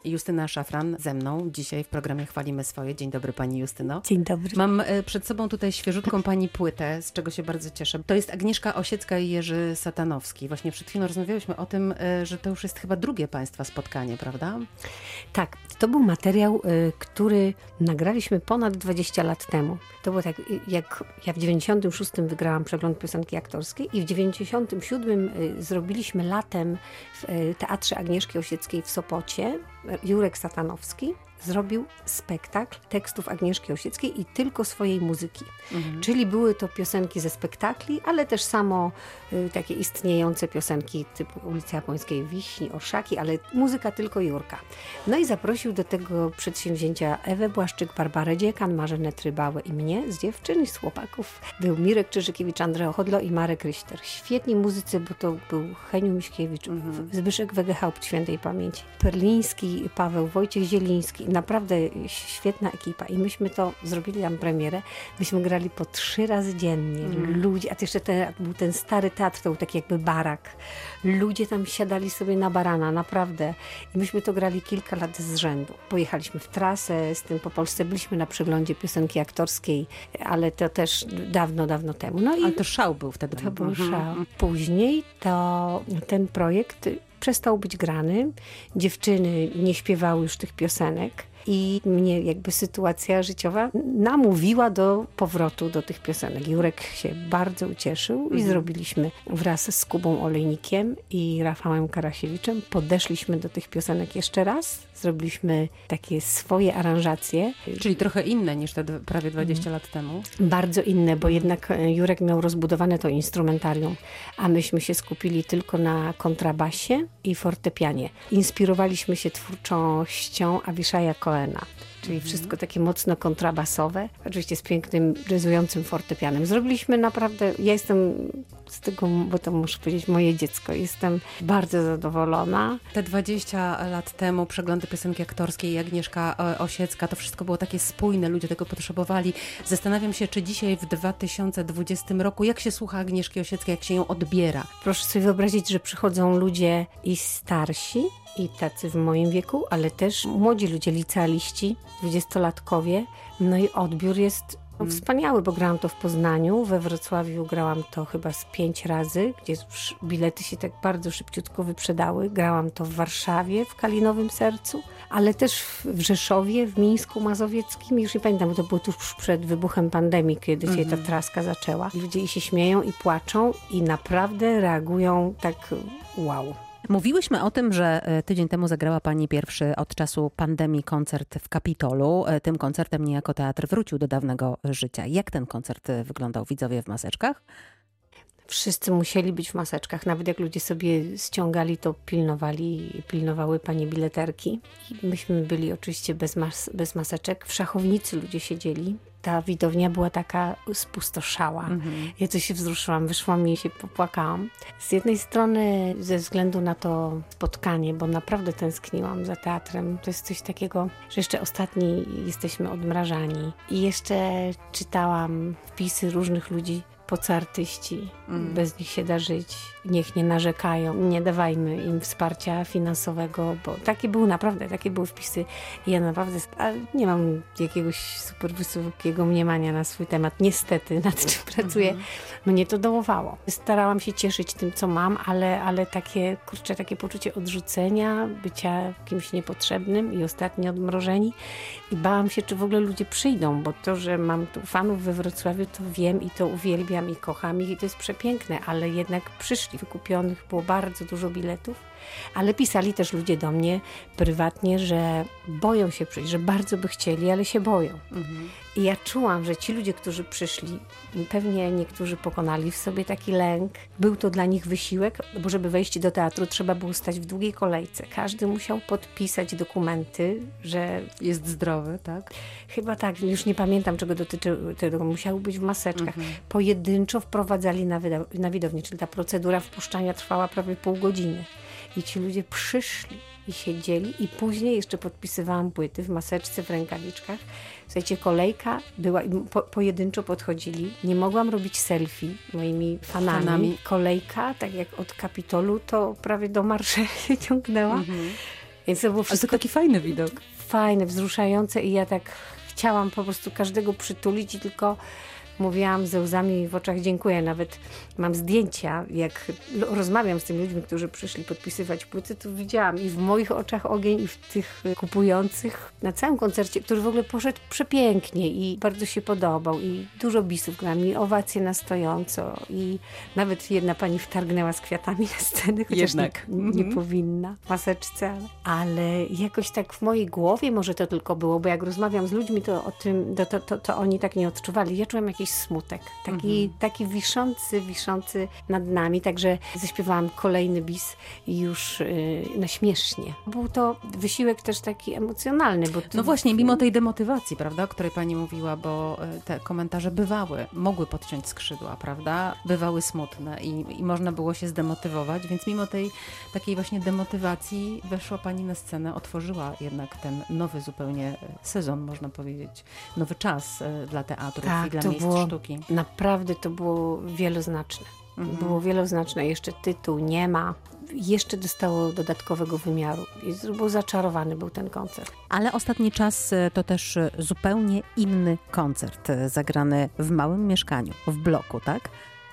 Justyna Szafran ze mną. Dzisiaj w programie Chwalimy Swoje. Dzień dobry pani Justyno. Dzień dobry. Mam przed sobą tutaj świeżutką pani płytę, z czego się bardzo cieszę. To jest Agnieszka Osiecka i Jerzy Satanowski. Właśnie przed chwilą rozmawiałyśmy o tym, że to już jest chyba drugie państwa spotkanie, prawda? Tak, to był materiał, który nagraliśmy ponad 20 lat temu. To było tak, jak ja w 96 wygrałam przegląd piosenki aktorskiej i w 97 zrobiliśmy latem w Teatrze Agnieszki Osieckiej w Sopocie. Jurek Satanowski zrobił spektakl tekstów Agnieszki Osieckiej i tylko swojej muzyki. Czyli były to piosenki ze spektakli, ale też samo takie istniejące piosenki typu Ulicy Japońskiej, Wiśni, Orszaki, ale muzyka tylko Jurka. No i zaprosił do tego przedsięwzięcia Ewę Błaszczyk, Barbarę Dziekan, Marzenę Trybałę i mnie z dziewczyn i z chłopaków. Był Mirek Czyżykiewicz, Andreo Chodlo i Marek Richter. Świetni muzycy, bo to był Heniu Miśkiewicz, Zbyszek Wegehaupt świętej pamięci, Perliński, Paweł, Wojciech Zieliński. Naprawdę świetna ekipa i myśmy to zrobili tam premierę. Myśmy grali po 3 razy dziennie. Ludzie, a to jeszcze był ten stary teatr, to był taki jakby barak. Ludzie tam siadali sobie na barana, naprawdę. I myśmy to grali kilka lat z rzędu. Pojechaliśmy w trasę z tym po Polsce. Byliśmy na przeglądzie piosenki aktorskiej, ale to też dawno, dawno temu. No ale to szał był wtedy. To był szał. Później to ten projekt przestał być grany. Dziewczyny nie śpiewały już tych piosenek. I mnie jakby sytuacja życiowa namówiła do powrotu do tych piosenek. Jurek się bardzo ucieszył i zrobiliśmy wraz z Kubą Olejnikiem i Rafałem Karasiewiczem. Podeszliśmy do tych piosenek jeszcze raz. Zrobiliśmy takie swoje aranżacje. Czyli trochę inne niż te prawie 20 lat temu. Bardzo inne, bo jednak Jurek miał rozbudowane to instrumentarium, a myśmy się skupili tylko na kontrabasie i fortepianie. Inspirowaliśmy się twórczością Avishaja Cohena. Czyli wszystko takie mocno kontrabasowe, oczywiście z pięknym, jazzującym fortepianem. Zrobiliśmy naprawdę, ja jestem z tego, bo to muszę powiedzieć, moje dziecko, jestem bardzo zadowolona. Te 20 lat temu przeglądy piosenki aktorskiej i Agnieszka Osiecka, to wszystko było takie spójne, ludzie tego potrzebowali. Zastanawiam się, czy dzisiaj w 2020 roku, jak się słucha Agnieszki Osieckiej, jak się ją odbiera? Proszę sobie wyobrazić, że przychodzą ludzie i starsi, i tacy w moim wieku, ale też młodzi ludzie, licealiści, 20-latkowie. No i odbiór jest wspaniały, bo grałam to w Poznaniu, we Wrocławiu grałam to chyba z 5 razy, gdzie bilety się tak bardzo szybciutko wyprzedały. Grałam to w Warszawie, w Kalinowym Sercu, ale też w Rzeszowie, w Mińsku Mazowieckim. Już nie pamiętam, bo to było tuż przed wybuchem pandemii, kiedy się ta traska zaczęła. Ludzie i się śmieją i płaczą i naprawdę reagują tak wow. Mówiłyśmy o tym, że tydzień temu zagrała pani pierwszy od czasu pandemii koncert w Kapitolu. Tym koncertem niejako teatr wrócił do dawnego życia. Jak ten koncert wyglądał? Widzowie w maseczkach? Wszyscy musieli być w maseczkach. Nawet jak ludzie sobie ściągali, to pilnowały panie bileterki. I myśmy byli oczywiście bez maseczek. W Szachownicy ludzie siedzieli. Ta widownia była taka spustoszała. Ja coś się wzruszyłam, wyszłam i się popłakałam. Z jednej strony ze względu na to spotkanie, bo naprawdę tęskniłam za teatrem. To jest coś takiego, że jeszcze ostatni jesteśmy odmrażani. I jeszcze czytałam wpisy różnych ludzi, po co artyści, bez nich się da żyć, niech nie narzekają, nie dawajmy im wsparcia finansowego, bo takie były wpisy. Ja naprawdę nie mam jakiegoś super wysokiego mniemania na swój temat, niestety, nad czym pracuję. Mnie to dołowało. Starałam się cieszyć tym, co mam, ale takie poczucie odrzucenia, bycia kimś niepotrzebnym i ostatnio odmrożeni. I bałam się, czy w ogóle ludzie przyjdą, bo to, że mam tu fanów we Wrocławiu, to wiem i to uwielbiam i kocham i to jest przepiękne, ale jednak przyszli. Wykupionych było bardzo dużo biletów, ale pisali też ludzie do mnie prywatnie, że boją się przyjść, że bardzo by chcieli, ale się boją. I ja czułam, że ci ludzie, którzy przyszli, pewnie niektórzy pokonali w sobie taki lęk. Był to dla nich wysiłek, bo żeby wejść do teatru, trzeba było stać w długiej kolejce. Każdy musiał podpisać dokumenty, że jest zdrowy, tak? Chyba tak, już nie pamiętam, czego dotyczy tego. Musiały być w maseczkach. Pojedynczo wprowadzali na widownię, czyli ta procedura wpuszczania trwała prawie pół godziny. I ci ludzie przyszli i siedzieli i później jeszcze podpisywałam płyty w maseczce, w rękawiczkach. Słuchajcie, kolejka była i pojedynczo podchodzili. Nie mogłam robić selfie moimi fanami. Kolejka, tak jak od Kapitolu, to prawie do marszu się ciągnęła. Więc to było Ale to taki fajny widok. fajne, wzruszające i ja tak chciałam po prostu każdego przytulić i tylko mówiłam ze łzami w oczach dziękuję. Nawet mam zdjęcia, jak rozmawiam z tymi ludźmi, którzy przyszli podpisywać płyty, to widziałam i w moich oczach ogień, i w tych kupujących na całym koncercie, który w ogóle poszedł przepięknie i bardzo się podobał i dużo bisów grałam i owacje na stojąco i nawet jedna pani wtargnęła z kwiatami na scenę, chociaż Jednak. nie powinna w maseczce, ale jakoś tak w mojej głowie może to tylko było, bo jak rozmawiam z ludźmi, to o tym, to oni tak nie odczuwali. Ja czułam jakiś smutek, taki wiszący nad nami, także zaśpiewałam kolejny bis już na śmiesznie. Był to wysiłek też taki emocjonalny. Bo No właśnie, mimo tej demotywacji, prawda, o której pani mówiła, bo te komentarze mogły podciąć skrzydła, prawda, bywały smutne i można było się zdemotywować, więc mimo tej takiej właśnie demotywacji weszła pani na scenę, otworzyła jednak ten nowy zupełnie sezon, można powiedzieć, nowy czas dla teatrów i dla miejsc sztuki. Naprawdę to było wieloznaczne. Było wieloznaczne. Jeszcze tytuł Nie ma. Jeszcze dostało dodatkowego wymiaru. Był zaczarowany był ten koncert. Ale ostatni czas to też zupełnie inny koncert, zagrany w małym mieszkaniu, w bloku, tak?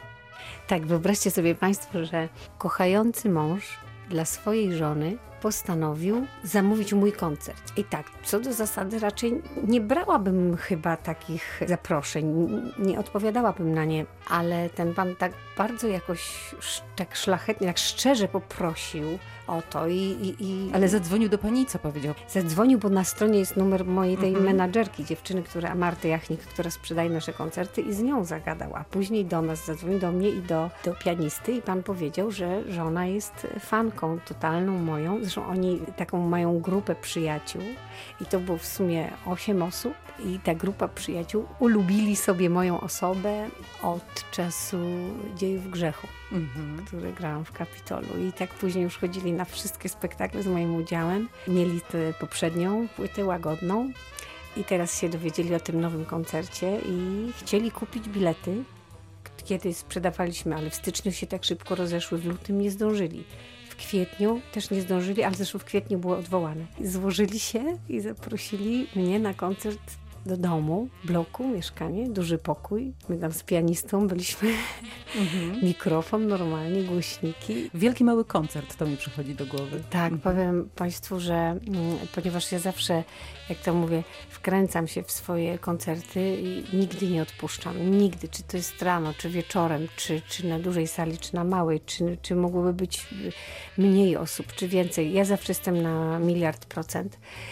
Tak, wyobraźcie sobie państwo, że kochający mąż dla swojej żony postanowił zamówić mój koncert. I tak, co do zasady raczej nie brałabym chyba takich zaproszeń, nie odpowiadałabym na nie, ale ten pan tak bardzo jakoś tak szlachetnie, tak szczerze poprosił o to Ale zadzwonił do pani i co powiedział? Zadzwonił, bo na stronie jest numer mojej tej menadżerki, dziewczyny, Marty Jachnik, która sprzedaje nasze koncerty i z nią zagadał, a później do nas zadzwonił, do mnie i do pianisty i pan powiedział, że żona jest fanką totalną moją. Zresztą oni taką mają grupę przyjaciół i to było w sumie 8 osób i ta grupa przyjaciół ulubili sobie moją osobę od czasu Dziejów Grzechu, które grałam w Kapitolu i tak później już chodzili na wszystkie spektakle z moim udziałem. Mieli tę poprzednią płytę Łagodną i teraz się dowiedzieli o tym nowym koncercie i chcieli kupić bilety, kiedy sprzedawaliśmy, ale w styczniu się tak szybko rozeszły, w lutym nie zdążyli. W kwietniu też nie zdążyli, ale zresztą w kwietniu było odwołane. Złożyli się i zaprosili mnie na koncert do domu, bloku, mieszkanie, duży pokój. My tam z pianistą byliśmy. Mikrofon normalnie, głośniki. Wielki mały koncert, to mi przychodzi do głowy. Tak, powiem państwu, że ponieważ ja zawsze, jak to mówię, wkręcam się w swoje koncerty i nigdy nie odpuszczam. Nigdy. Czy to jest rano, czy wieczorem, czy na dużej sali, czy na małej, czy mogłoby być mniej osób, czy więcej. Ja zawsze jestem na 1,000,000%.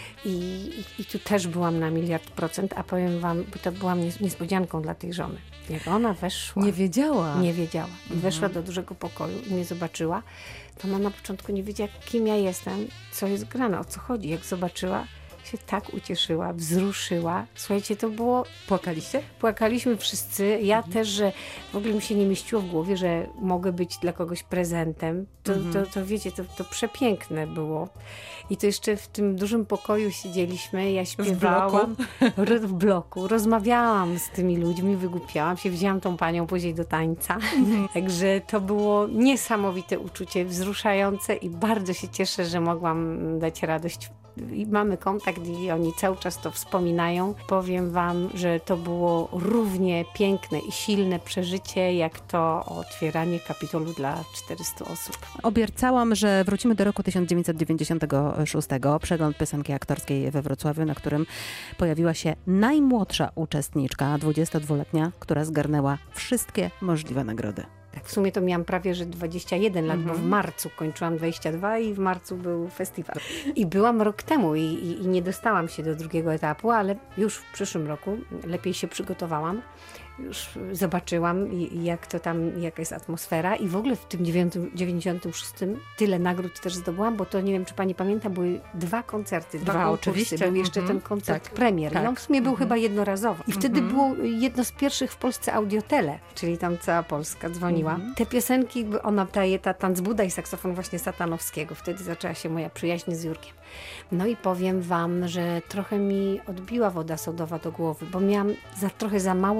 I tu też byłam na 1,000,000%, a powiem wam, bo to była niespodzianką dla tej żony. Jak ona weszła... Nie wiedziała. I weszła do dużego pokoju i mnie zobaczyła, to ona na początku nie wiedziała, kim ja jestem, co jest grane, o co chodzi. Jak zobaczyła, się tak ucieszyła, wzruszyła. Słuchajcie, to było... Płakaliście? Płakaliśmy wszyscy. Ja też, że w ogóle mi się nie mieściło w głowie, że mogę być dla kogoś prezentem. To wiecie, to przepiękne było. I to jeszcze w tym dużym pokoju siedzieliśmy, ja śpiewałam w bloku, rozmawiałam z tymi ludźmi, wygłupiałam się, wzięłam tą panią później do tańca. Także to było niesamowite uczucie, wzruszające i bardzo się cieszę, że mogłam dać radość. I mamy kontakt i oni cały czas to wspominają. Powiem wam, że to było równie piękne i silne przeżycie, jak to otwieranie Kapitolu dla 400 osób. Obiecałam, że wrócimy do roku 1996. Przegląd piosenki aktorskiej we Wrocławiu, na którym pojawiła się najmłodsza uczestniczka, 22-letnia, która zgarnęła wszystkie możliwe nagrody. Tak, w sumie to miałam prawie, że 21 lat, bo w marcu kończyłam 22 i w marcu był festiwal. I byłam rok temu i nie dostałam się do drugiego etapu, ale już w przyszłym roku lepiej się przygotowałam. Już zobaczyłam, jak to tam, jaka jest atmosfera i w ogóle w tym 96 tyle nagród też zdobyłam, bo to nie wiem, czy pani pamięta, były 2 koncerty, 2 konkursy. Oczywiście. Był jeszcze ten koncert premier. Tak. I on w sumie był chyba jednorazowo. I wtedy było jedno z pierwszych w Polsce audiotele, czyli tam cała Polska dzwoniła. Te piosenki, ona daje ta Tanzbuda i saksofon właśnie Satanowskiego. Wtedy zaczęła się moja przyjaźń z Jurkiem. No i powiem wam, że trochę mi odbiła woda sodowa do głowy, bo miałam trochę za mało lat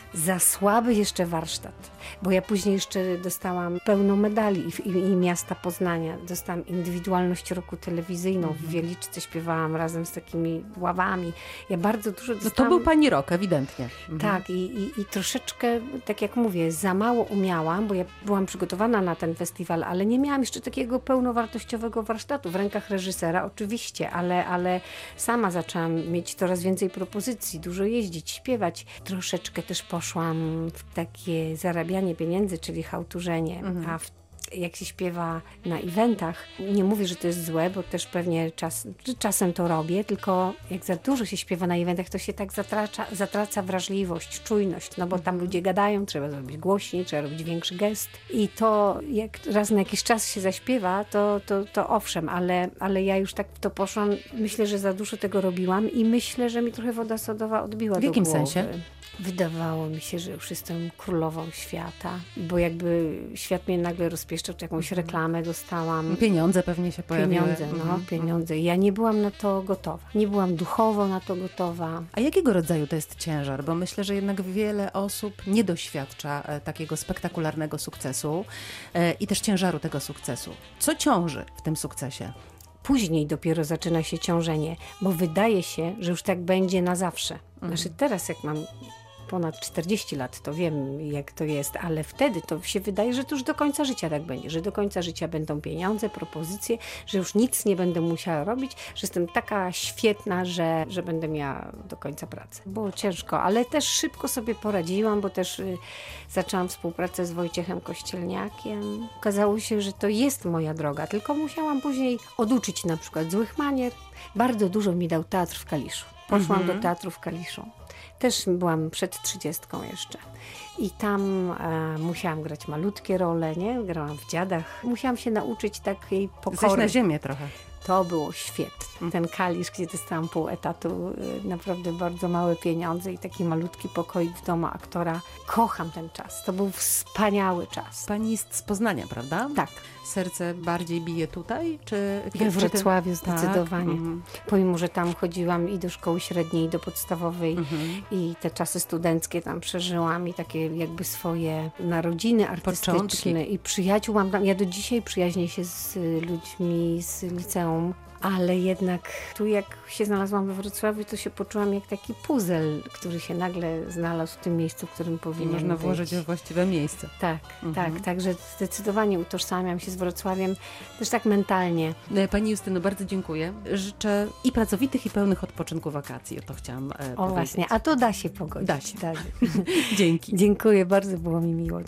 za słaby jeszcze warsztat, bo ja później jeszcze dostałam pełno medali i miasta Poznania. Dostałam indywidualność roku telewizyjną. W Wieliczce śpiewałam razem z takimi ławami. Ja bardzo dużo dostałam. No to był pani rok, ewidentnie. Tak, i troszeczkę, tak jak mówię, za mało umiałam, bo ja byłam przygotowana na ten festiwal, ale nie miałam jeszcze takiego pełnowartościowego warsztatu w rękach reżysera, oczywiście, ale sama zaczęłam mieć coraz więcej propozycji, dużo jeździć, śpiewać. Troszeczkę też poszłam w takie zarabianie pieniędzy, czyli chałturzenie, a jak się śpiewa na eventach, nie mówię, że to jest złe, bo też pewnie czasem to robię, tylko jak za dużo się śpiewa na eventach, to się tak zatraca wrażliwość, czujność, no bo tam ludzie gadają, trzeba zrobić głośniej, trzeba robić większy gest i to jak raz na jakiś czas się zaśpiewa, to owszem, ale ja już tak w to poszłam, myślę, że za dużo tego robiłam i myślę, że mi trochę woda sodowa odbiła do głowy. W jakim sensie? Wydawało mi się, że już jestem królową świata, bo jakby świat mnie nagle rozpieszczał, czy jakąś reklamę dostałam. Pieniądze pewnie się pojawiły. Pieniądze. Ja nie byłam na to gotowa. Nie byłam duchowo na to gotowa. A jakiego rodzaju to jest ciężar? Bo myślę, że jednak wiele osób nie doświadcza takiego spektakularnego sukcesu i też ciężaru tego sukcesu. Co ciąży w tym sukcesie? Później dopiero zaczyna się ciążenie, bo wydaje się, że już tak będzie na zawsze. Znaczy teraz jak mam ponad 40 lat, to wiem jak to jest, ale wtedy to się wydaje, że to już do końca życia tak będzie, że do końca życia będą pieniądze, propozycje, że już nic nie będę musiała robić, że jestem taka świetna, że będę miała do końca pracę. Było ciężko, ale też szybko sobie poradziłam, bo też zaczęłam współpracę z Wojciechem Kościelniakiem. Okazało się, że to jest moja droga, tylko musiałam później oduczyć na przykład złych manier. Bardzo dużo mi dał teatr w Kaliszu. Poszłam do teatru w Kaliszu. Też byłam przed 30 jeszcze. I tam musiałam grać malutkie role, nie? Grałam w Dziadach. Musiałam się nauczyć takiej pokory. Zejść na ziemię trochę. To było świetne. Ten Kalisz, gdzie dostałam pół etatu, naprawdę bardzo małe pieniądze i taki malutki pokoik w domu aktora. Kocham ten czas. To był wspaniały czas. Pani jest z Poznania, prawda? Tak. Serce bardziej bije tutaj? We Wrocławiu zdecydowanie. Tak. Pomimo, że tam chodziłam i do szkoły średniej, i do podstawowej i te czasy studenckie tam przeżyłam i takie jakby swoje narodziny artystyczne początki. I przyjaciół mam tam. Ja do dzisiaj przyjaźnię się z ludźmi z liceum. Ale jednak tu jak się znalazłam we Wrocławiu, to się poczułam jak taki puzzle, który się nagle znalazł w tym miejscu, w którym powinien Można być. włożyć we właściwe miejsce. Tak, tak. Także zdecydowanie utożsamiam się z Wrocławiem, też tak mentalnie. Pani Justyno, bardzo dziękuję. Życzę i pracowitych, i pełnych odpoczynku wakacji. O to chciałam powiedzieć. Właśnie, a to da się pogodzić. Da się. Tak. Dzięki. Dziękuję, bardzo było mi miło.